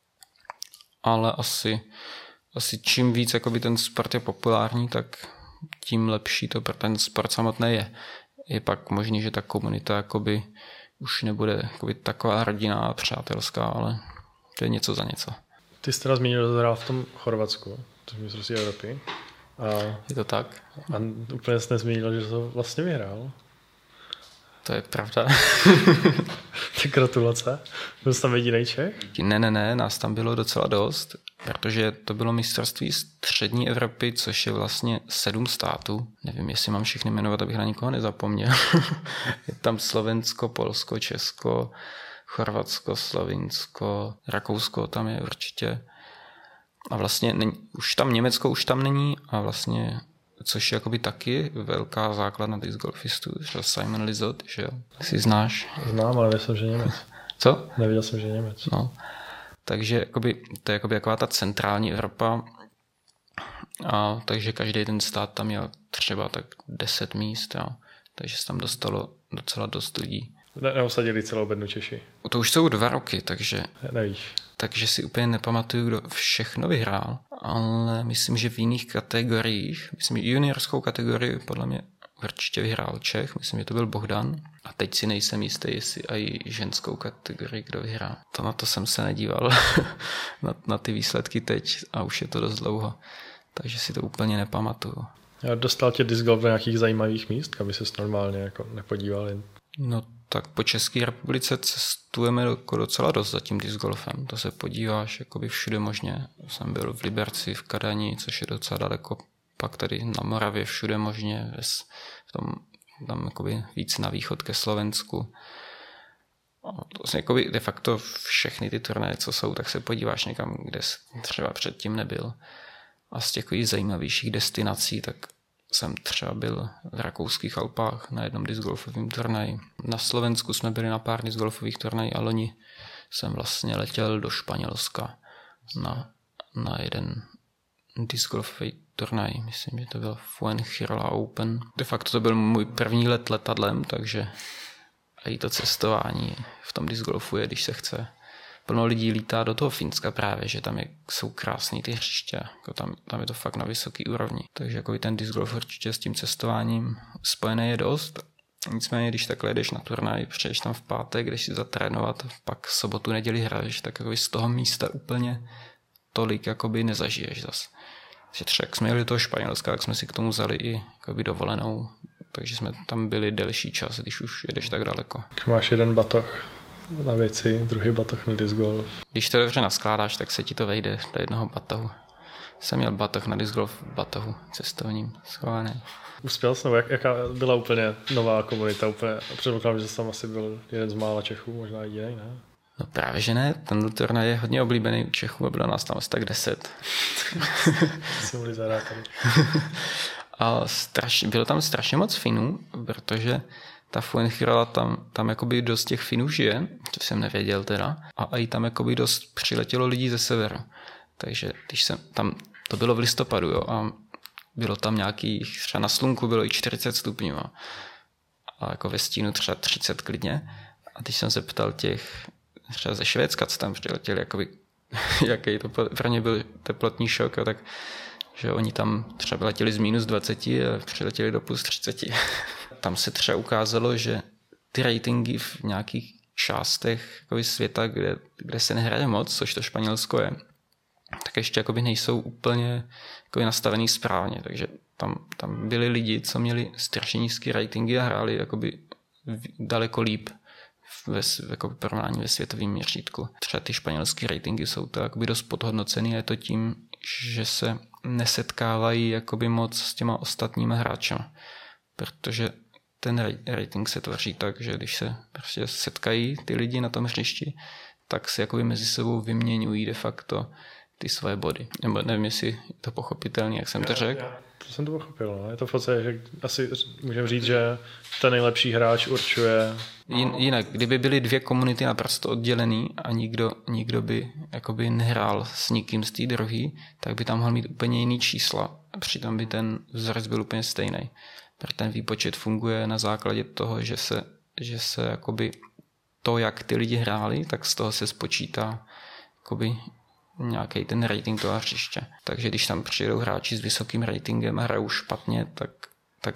Ale asi čím víc ten sport je populární, tak tím lepší to pro ten sport samotný je. Je pak možný, že ta komunita už nebude taková hrdinná a přátelská, ale to je něco za něco. Ty jsi teda zmínil, že hrál v tom Chorvatsku, což je mistrovství Evropy. Je to tak? A úplně jsi nezmínil, že to vlastně vyhrál. To je pravda. Tak gratulace. Byl jsi tam jedinej Čech? Ne, nás tam bylo docela dost, protože to bylo mistrovství střední Evropy, což je vlastně 7 států. Nevím, jestli mám všechny jmenovat, abych na nikoho nezapomněl. Je tam Slovensko, Polsko, Česko, Chorvatsko, Slovinsko, Rakousko tam je určitě. A vlastně už tam Německo už tam není a vlastně, což je taky velká základna disc golfistů, že Simon Lizotte, že jo? Si znáš? Znám, ale nevěděl jsem, že Němec. Co? Nevěděl jsem, že Němec. No. Takže to je taková ta centrální Evropa. A takže každý ten stát tam měl třeba tak 10 míst, jo. Takže se tam dostalo docela dost lidí. Neusadili celou bednu Češi. To už jsou 2 roky, takže... Nevíš. Takže si úplně nepamatuju, kdo všechno vyhrál, ale myslím, že v jiných kategoriích, myslím, že juniorskou kategorii podle mě určitě vyhrál Čech, myslím, že to byl Bohdan. A teď si nejsem jistý, jestli i ženskou kategorii kdo vyhrál. Na to jsem se nedíval, na ty výsledky teď a už je to dost dlouho, takže si to úplně nepamatuju. Dostal tě disc golf do nějakých zajímavých míst, aby ses normálně nepodíval jen? No tak po České republice cestujeme docela dost za tím disc golfem. To se podíváš všude možně. Jsem byl v Liberci, v Kadani, což je docela daleko. Pak tady na Moravě všude možně. Tam víc na východ ke Slovensku. Vlastně de facto všechny ty turnaje, co jsou, tak se podíváš někam, kde třeba předtím nebyl. A z těch zajímavějších destinací, tak jsem třeba byl v rakouských Alpách na jednom disc golfovém turnaji. Na Slovensku jsme byli na pár disc golfových turnajích a loni jsem vlastně letěl do Španělska na jeden disc golfový turnaj. Myslím, že to byl Fuengirola Open. De facto to byl můj první let letadlem, takže i to cestování v tom disc golfu je, když se chce. Plno lidí lítá do toho Finska právě, že tam jsou krásný ty hřiště, jako tam je to fakt na vysoký úrovni. Takže jako i ten disc golf určitě s tím cestováním spojené je dost. Nicméně, když takhle jdeš na turnaj, přijdeš tam v pátek, jdeš si zatrénovat, pak sobotu, neděli hraješ, tak jako z toho místa úplně tolik jakoby nezažiješ zas. Takže třeba jak jsme jeli do toho Španělska, tak jsme si k tomu vzali i jakoby dovolenou, takže jsme tam byli delší čas, když už jedeš tak daleko. Máš jeden batoh na věci, druhý batoh na disc golf. Když to dobře naskládáš, tak se ti to vejde do jednoho batohu. Jsem měl batoh na disc golf, batohu cestovním schovaný. Uspěl jsi, nebo jaká byla úplně nová komunita? Úplně, předpokládám, že jsi tam asi byl jeden z mála Čechů, možná i jiný, ne? No právě, že ne. Ten turnaj je hodně oblíbený u Čechů a bylo nás tam asi tak 10. Jsme byli zahrát tady. A bylo tam strašně moc Finů, protože ta Fuengirola tam jakoby dost těch Finů žije, to jsem nevěděl teda, a i tam jakoby dost přiletělo lidí ze severu. Takže když jsem tam, to bylo v listopadu, jo, a bylo tam nějakých, třeba na slunku bylo i 40 stupňů, jo, a jako ve stínu třeba 30 klidně. A když jsem se ptal těch, třeba ze Švédska, co tam přiletěli, jakoby, jaký to pro ně byl teplotní šok, jo, tak že oni tam třeba letěli z -20 a přiletěli do +30. Tam se třeba ukázalo, že ty ratingy v nějakých částech jakoby světa, kde se nehraje moc, což to Španělsko je, tak ještě jakoby nejsou úplně jakoby nastavený správně. Takže tam byli lidi, co měli strašně nízké ratingy a hráli jakoby daleko líp jako porovnání ve světovém měřítku. Třeba ty španělské ratingy jsou to jakoby dost podhodnocený a je to tím, že se nesetkávají jakoby moc s těma ostatníma hráči. Protože ten rating se tvoří tak, že když se prostě setkají ty lidi na tom hřišti, tak se jakoby mezi sebou vyměňují de facto ty svoje body. Nebo nevím, jestli je to pochopitelný, jak jsem to řekl. To jsem to pochopil. No. Je to v podstatě, že asi můžeme říct, že ten nejlepší hráč určuje... Jinak, kdyby byly dvě komunity naprosto oddělený a nikdo by jakoby nehrál s nikým z té druhý, tak by tam mohl mít úplně jiný čísla. A přitom by ten vzorec byl úplně stejný. Protože ten výpočet funguje na základě toho, že se jakoby to, jak ty lidi hráli, tak z toho se spočítá jakoby nějaký ten rating toho hřiště. Takže když tam přijedou hráči s vysokým ratingem a hrajou špatně, tak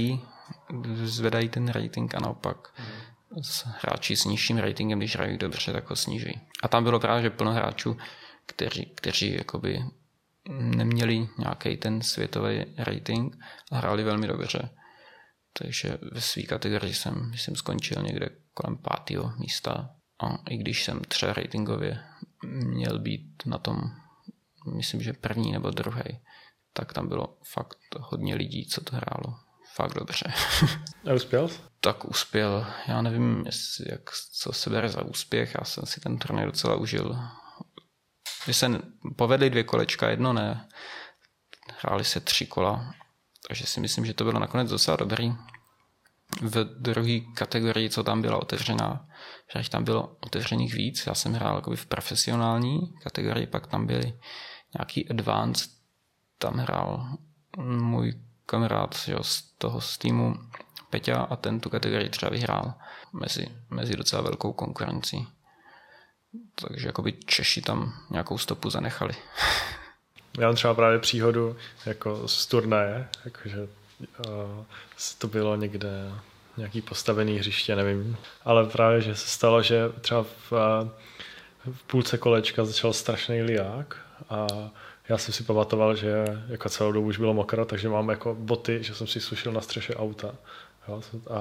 zvedají ten rating a naopak hráči s nižším ratingem, když hrají dobře, tak ho snižují. A tam bylo právě plno hráčů, kteří jakoby neměli nějaký ten světový rating a hráli velmi dobře. Takže ve své kategorii jsem skončil někde kolem 5. místa. A i když jsem třeba ratingově měl být na tom, myslím, že 1. nebo 2., tak tam bylo fakt hodně lidí, co to hrálo fakt dobře. A uspěl? Tak uspěl. Já nevím, co se bere za úspěch. Já jsem si ten turnaj docela užil. Když se povedli 2 kolečka, 1 ne. Hráli se 3 kola. Takže si myslím, že to bylo nakonec docela dobrý. V druhé kategorii, co tam byla otevřená, že tam bylo otevřených víc. Já jsem hrál jako v profesionální kategorii, pak tam byly nějaký advanced. Tam hrál můj kamarád z týmu Peťa a ten tu kategorii třeba vyhrál mezi docela velkou konkurencí. Takže jakoby Češi tam nějakou stopu zanechali. Já mám třeba právě příhodu jako z turnaje, jakože to bylo někde nějaký postavený hřiště, nevím. Ale právě, že se stalo, že třeba v půlce kolečka začal strašný liák a já jsem si pamatoval, že jako celou dobu už bylo mokro, takže mám jako boty, že jsem si sušil na střeše auta. Jo,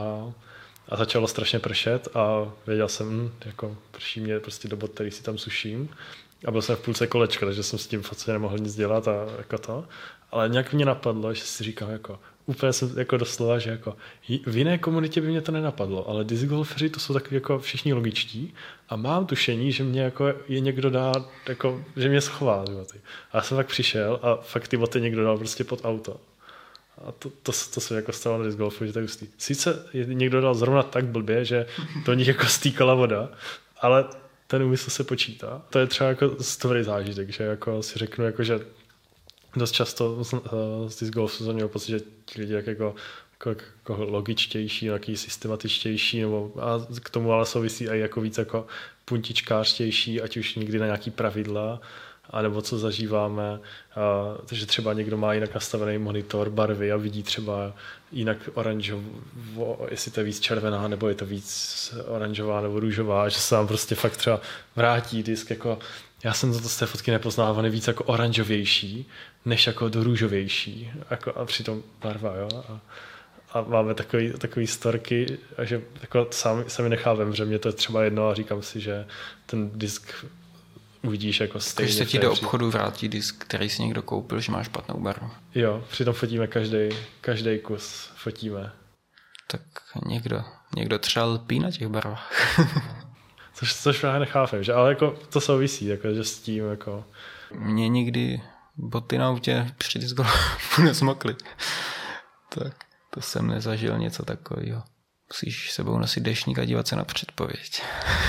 a začalo strašně pršet a věděl jsem, jako prší mě prostě do bot, který si tam suším. A byl jsem v půlce kolečka, takže jsem s tím fakt nemohl nic dělat a jako to. Ale nějak mě napadlo, že si říkám jako, úplně jsem jako doslova, že jako v jiné komunitě by mě to nenapadlo, ale disc golferi to jsou takový jako všichni logičtí a mám tušení, že mě jako je někdo dá, jako, že mě schová ty boty. A já jsem tak přišel a fakt ty boty někdo dal prostě pod auto. A to se jako stalo na disc golfu, že to je hustý. Sice někdo dal zrovna tak blbě, že do nich jako stýkala voda, ale ten úmysl se počítá. To je třeba jako dobrý zážitek, že jako si řeknu, jako, že dost často z disc golfu jsem měl pocit, že ti lidi jako logičtější, nějaký systematičtější, nebo a k tomu ale souvisí i jako víc jako puntičkářtější, ať už někdy na nějaký pravidla, anebo co zažíváme, takže třeba někdo má jinak nastavený monitor barvy a vidí třeba jinak oranžovo, jestli to je víc červená, nebo je to víc oranžová nebo růžová, že se vám prostě fakt třeba vrátí disk jako, já jsem to z té fotky nepoznal, on je víc jako oranžovější, než jako do růžovější, jako a přitom barva, jo, a máme takový storky, a že jako sami nechávám, že mě to je třeba jedno a říkám si, že ten disk uvidíš jako stejně. Když se ti do obchodu vrátí disk, který si někdo koupil, že máš špatnou barvu. Jo, přitom fotíme každý kus, fotíme. Tak někdo třeba lpí na těch barvách. což právě nechápem, že ale jako to souvisí, jako, že s tím jako... Mě nikdy boty na autě při disc golfu nezmokly. Tak to jsem nezažil něco takového. Musíš sebou nosit deštník a dívat se na předpověď.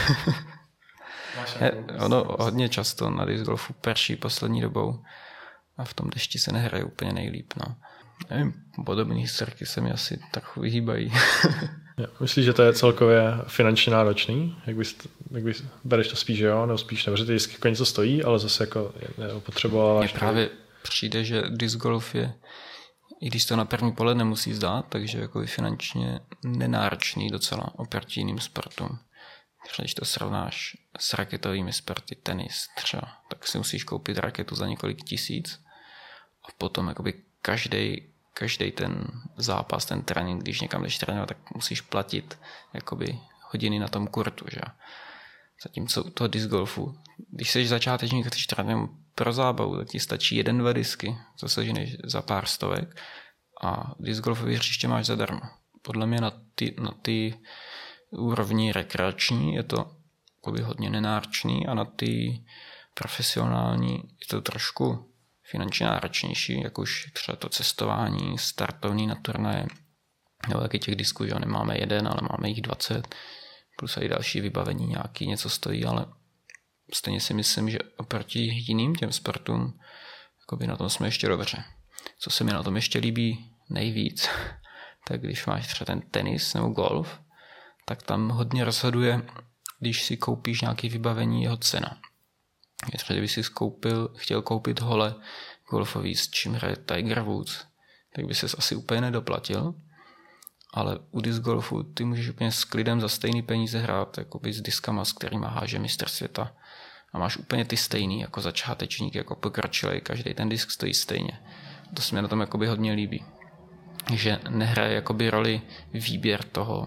Ono hodně často na disc golfu prší poslední dobou a v tom dešti se nehraje úplně nejlíp. No. Nevím, podobné historky se mi asi trochu vyhýbají. Myslíš, že to je celkově finančně náročný? Jak bys bereš to spíš, jo, nebo spíš ne? Protože ty disky jako něco stojí, ale zase jako nepotřebováváš. Mně právě přijde, že disc golf je, i když to na první pohled nemusí zdát, takže jako finančně nenáročný docela oproti jiným sportům. Když to srovnáš s raketovými sporty, tenis třeba, tak si musíš koupit raketu za několik tisíc a potom jakoby každý ten zápas, ten trénink, když někam jdeš trénovat, tak musíš platit jakoby hodiny na tom kurtu, že? Zatímco u toho disc golfu, když jsi začátečník, chceš trénovat pro zábavu, tak ti stačí 1-2 disky, co seženeš za pár stovek a disc golfový hřiště máš zadarmo. Podle mě na ty úrovni rekreační je to hodně nenáročný a na ty profesionální je to trošku finančně náročnější, jak už třeba to cestování, startovní na turnaje, nebo taky těch disků, že nemáme jeden, ale máme jich 20, plus i další vybavení nějaký něco stojí, ale stejně si myslím, že oproti jiným těm sportům na tom jsme ještě dobře. Co se mi na tom ještě líbí nejvíc, tak když máš třeba ten tenis nebo golf, tak tam hodně rozhoduje, když si koupíš nějaké vybavení, jeho cena. Třeba kdyby si chtěl koupit hole golfový, s čím hraje Tiger Woods, tak by ses asi úplně nedoplatil, ale u disc golfu ty můžeš úplně s klidem za stejný peníze hrát jakoby s diskama, s kterýma háže mistr světa. A máš úplně ty stejný, jako začátečník, jako pokročilej, každý ten disk stojí stejně. To se mi na tom jakoby hodně líbí. Že nehraje jakoby roli výběr toho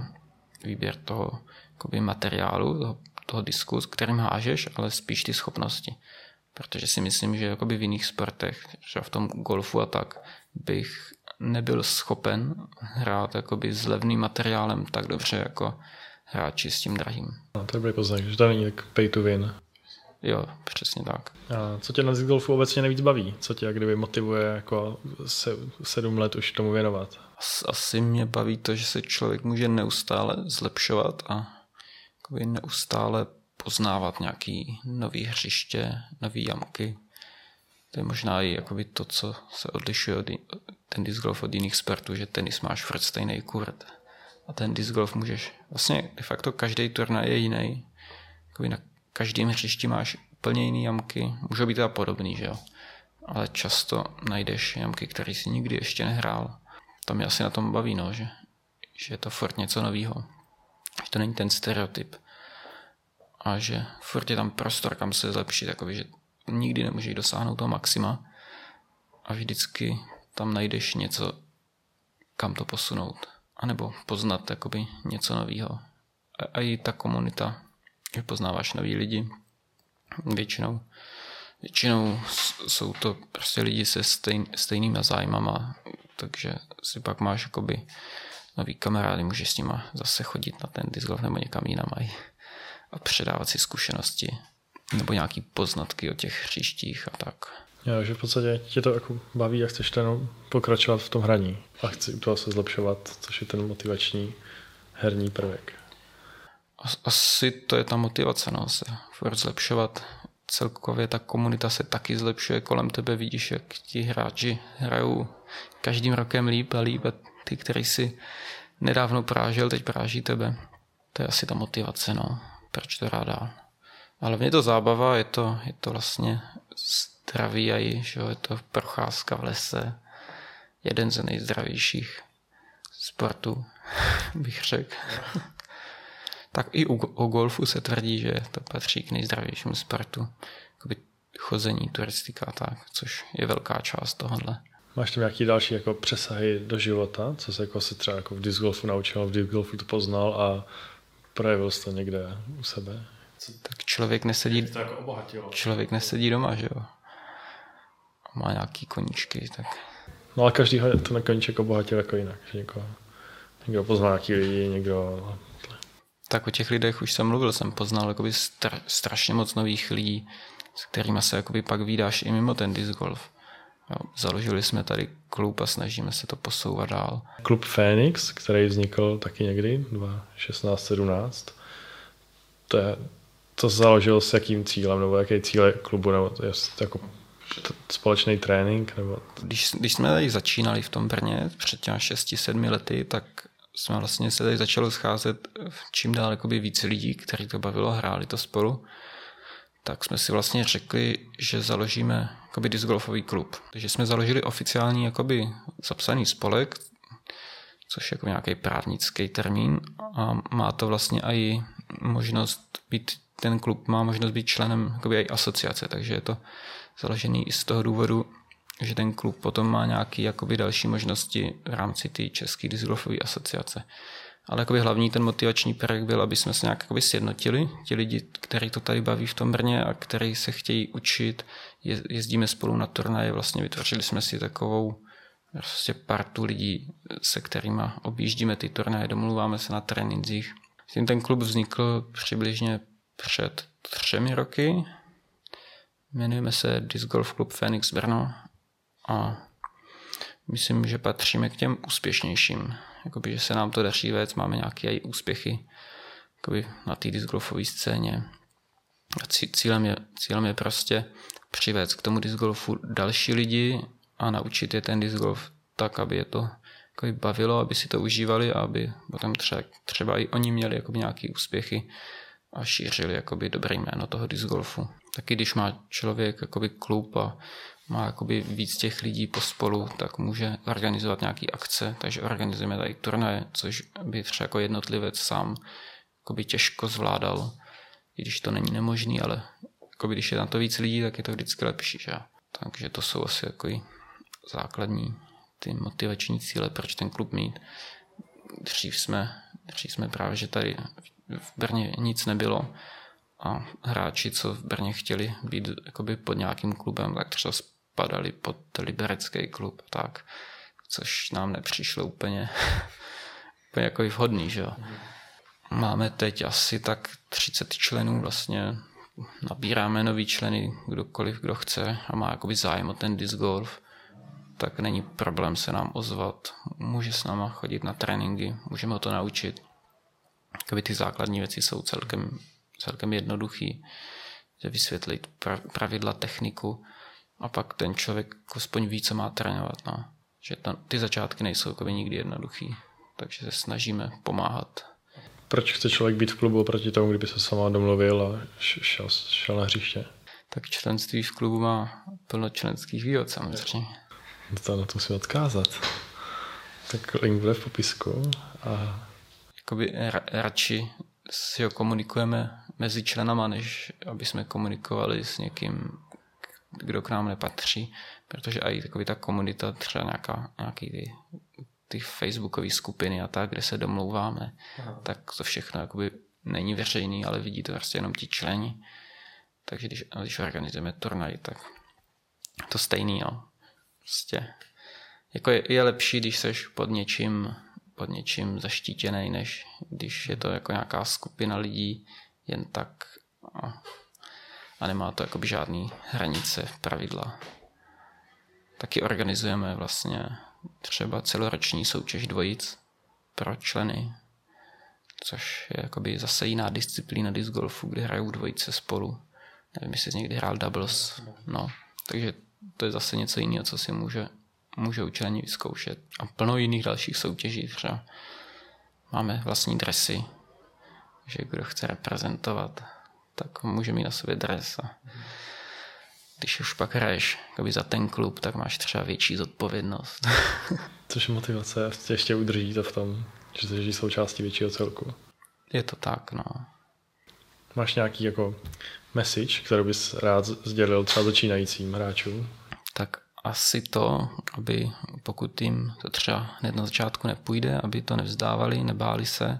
jakoby materiálu, toho disku, s kterým hážeš, ale spíš ty schopnosti. Protože si myslím, že jakoby v jiných sportech, že v tom golfu a tak, bych nebyl schopen hrát jakoby s levným materiálem tak dobře, jako hráči s tím drahým. No, to je dobrý poznatek, že to není tak pay to win. Jo, přesně tak. A co tě na disc golfu obecně nejvíc baví? Co tě jak kdyby motivuje jako 7 let už tomu věnovat? Asi mě baví to, že se člověk může neustále zlepšovat a neustále poznávat nějaký nový hřiště, nový jamky. To je možná i to, co se odlišuje ten disc golf od jiných sportů, že tenis máš furt stejný kurt. A ten disc golf můžeš, vlastně de facto každý turnaj je jiný. Na každém hřišti máš úplně jiný jamky, můžou být teda podobný, že jo. Ale často najdeš jamky, které si nikdy ještě nehrál. To mě asi na tom baví, no, že je to furt něco novýho. Že to není ten stereotyp. A že furt je tam prostor, kam se zlepšit, že nikdy nemůžeš dosáhnout toho maxima a vždycky tam najdeš něco, kam to posunout. A nebo poznat něco novýho. A i ta komunita, že poznáváš nový lidi. Většinou jsou to prostě lidi se stejnýma zájmama, takže si pak máš nový kamarády, můžeš s nima zase chodit na ten disc golf nebo někam jinam a předávat si zkušenosti nebo nějaký poznatky o těch hřištích a tak. Jo, že v podstatě tě to baví a chceš pokračovat v tom hraní a chci u toho se zlepšovat, což je ten motivační herní prvek. Asi to je ta motivace, no, se furt zlepšovat. Celkově ta komunita se taky zlepšuje kolem tebe, vidíš, jak ti hráči hrajou každým rokem líp a líp a ty, který si nedávno prážil, teď práží tebe. To je asi ta motivace, no, proč to rád dál. Ale mě to zábava, je to vlastně zdraví a je to procházka v lese. Jeden ze nejzdravějších sportů, bych řekl. Tak i o golfu se tvrdí, že to patří k nejzdravějšímu sportu. Jakoby chození, turistika a tak, což je velká část tohohle. Máš tam nějaký další jako přesahy do života? Co se jako si třeba jako v disc golfu naučil, v disc golfu to poznal a projevil jsi to někde u sebe? Tak člověk nesedí doma, že jo? A má nějaký koníčky, tak... No ale každý to na koníček obohatil jako jinak, že někdo poznal nějaký lidi, někdo... Tak o těch lidech už jsem mluvil, jsem poznal jakoby strašně moc nových lidí, s kterými se jakoby pak vídáš i mimo ten disc golf. Jo, založili jsme tady klub a snažíme se to posouvat dál. Klub Phoenix, který vznikl taky někdy, 2016-17, to založil s jakým cílem, nebo jaký cíl je klubu, nebo to je jako společný trénink? Nebo... Když jsme tady začínali v tom Brně před těmi 6-7 lety, tak jsme vlastně se tady začalo scházet čím dál jakoby víc lidí, kteří to bavilo, hráli to spolu. Tak jsme si vlastně řekli, že založíme jakoby disc golfový klub. Takže jsme založili oficiální jakoby zapsaný spolek, což je jako nějaký právnický termín a má to vlastně i možnost být, ten klub má možnost být členem jakoby i asociace, takže je to založený i z toho důvodu, že ten klub potom má nějaké jakoby další možnosti v rámci té české disc golfové asociace. Ale jakoby hlavní ten motivační projekt byl, aby jsme se nějak jakoby sjednotili, ti lidi, kteří to tady baví v tom Brně a kteří se chtějí učit, jezdíme spolu na turnaje, vlastně vytvořili jsme si takovou prostě partu lidí, se kterými objíždíme ty turnaje, domluváme se na trénincích. Ten klub vznikl přibližně před 3 roky, jmenujeme se Disc Golf Club Phoenix Brno a myslím, že patříme k těm úspěšnějším. Jakoby, že se nám to daří vést, máme nějaké i úspěchy jakoby na té disc golfové scéně. A cílem je prostě přivést k tomu disc golfu další lidi a naučit je ten disc golf tak, aby je to jakoby bavilo, aby si to užívali a aby potom třeba i oni měli jakoby nějaké úspěchy a šířili jakoby dobré jméno toho disc golfu. Taky když má člověk jakoby klub a má jakoby víc těch lidí pospolu, tak může organizovat nějaké akce, takže organizujeme tady turnaje, což by třeba jako jednotlivec sám jakoby těžko zvládal, i když to není nemožný, ale jakoby když je na to víc lidí, tak je to vždycky lepší. Že? Takže to jsou asi jako základní ty motivační cíle, proč ten klub mít. Dřív jsme právě, že tady v Brně nic nebylo a hráči, co v Brně chtěli být jakoby pod nějakým klubem, tak třeba spadali pod liberecký klub, tak, což nám nepřišlo úplně jako vhodný, že jo. Máme teď asi tak 30 členů, vlastně nabíráme nový členy, kdokoliv, kdo chce a má jakoby zájem o ten disc golf, tak není problém se nám ozvat, může s náma chodit na tréninky, můžeme ho to naučit. Jakoby ty základní věci jsou celkem jednoduchý, že vysvětlit pravidla, techniku a pak ten člověk aspoň ví, co má trénovat. No. Že ty začátky nejsou jakoby nikdy jednoduchý, takže se snažíme pomáhat. Proč chce člověk být v klubu proti tomu, kdyby se sama domluvil a šel na hřiště? Tak členství v klubu má plno členských výhod samozřejmě. To na to musím odkázat. Tak link bude v popisku. A... Jakoby radši si ho komunikujeme mezi členama, než aby jsme komunikovali s někým, kdo k nám nepatří, protože i takový ta komunita, třeba nějaký ty facebookové skupiny a tak, kde se domlouváme, tak to všechno jakoby není veřejný, ale vidí to prostě jenom ti členi. Takže když organizujeme turnaj, tak to stejný, no. Prostě jako je lepší, když seš pod něčím zaštítěnej, než když je to jako nějaká skupina lidí jen tak a nemá to jakoby žádný hranice, pravidla. Taky organizujeme vlastně třeba celoroční soutěž dvojic pro členy. což je jakoby zase jiná disciplína disc golfu, kde hrajou dvojice spolu. Nevím, jestli jsi někdy hrál doubles. No, takže to je zase něco jiného, co si může učení vyzkoušet. A plno jiných dalších soutěží. Třeba máme vlastní dresy, že kdo chce reprezentovat, tak může mít na sobě dres. A když už pak hraješ za ten klub, tak máš třeba větší zodpovědnost. Což je motivace, ještě udrží to v tom, že jsi součástí většího celku. Je to tak, no. Máš nějaký jako message, kterou bys rád sdělil třeba začínajícím hráčům? Tak asi to, aby pokud jim to třeba hned na začátku nepůjde, aby to nevzdávali, nebáli se,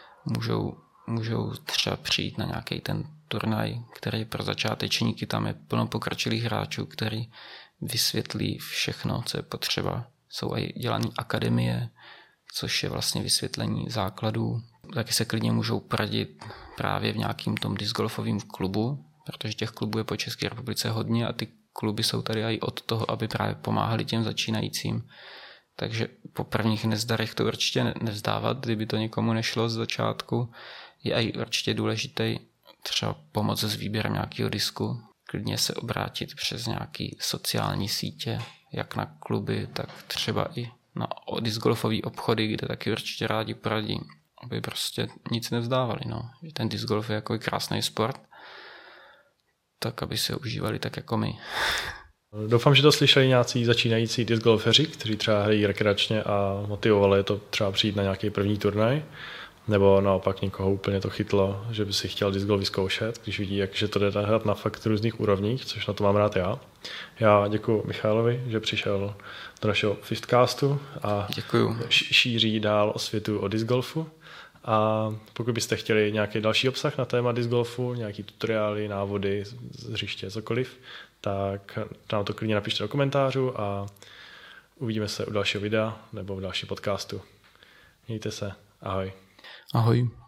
můžou třeba přijít na nějaký ten turnaj, který pro začátečníky, tam je plno pokročilých hráčů, který vysvětlí všechno, co je potřeba. Jsou i dělané akademie, což je vlastně vysvětlení základů. Taky se klidně můžou poradit právě v nějakým tom discgolfovém klubu, protože těch klubů je po České republice hodně a ty kluby jsou tady i od toho, aby právě pomáhali těm začínajícím. Takže po prvních nezdarech to určitě nevzdávat, kdyby to někomu nešlo z začátku. Je i určitě důležitý třeba pomoc s výběrem nějakého disku, klidně se obrátit přes nějaké sociální sítě, jak na kluby, tak třeba i na discgolfové obchody, kde taky určitě rádi poradí, aby prostě nic nevzdávali. No. Ten discgolf je jako krásný sport, tak aby si ho užívali tak jako my. Doufám, že to slyšeli nějací začínající discgolfeři, kteří třeba hrají rekreačně a motivovali je to třeba přijít na nějaký první turnaj, nebo naopak někoho úplně to chytlo, že by si chtěl discgolf vyzkoušet, když vidí, že to jde hrát na fakt různých úrovních, což na to mám rád já. Já děkuji Michalovi, že přišel do našeho Fifthcastu a šíří dál osvětu o discgolfu. A pokud byste chtěli nějaký další obsah na téma discgolfu, nějaký tutoriály, návody z hřiště, cokoliv, tak nám to klidně napište do komentářů a uvidíme se u dalšího videa nebo v dalším podcastu. Mějte se. Ahoj. Ahoj.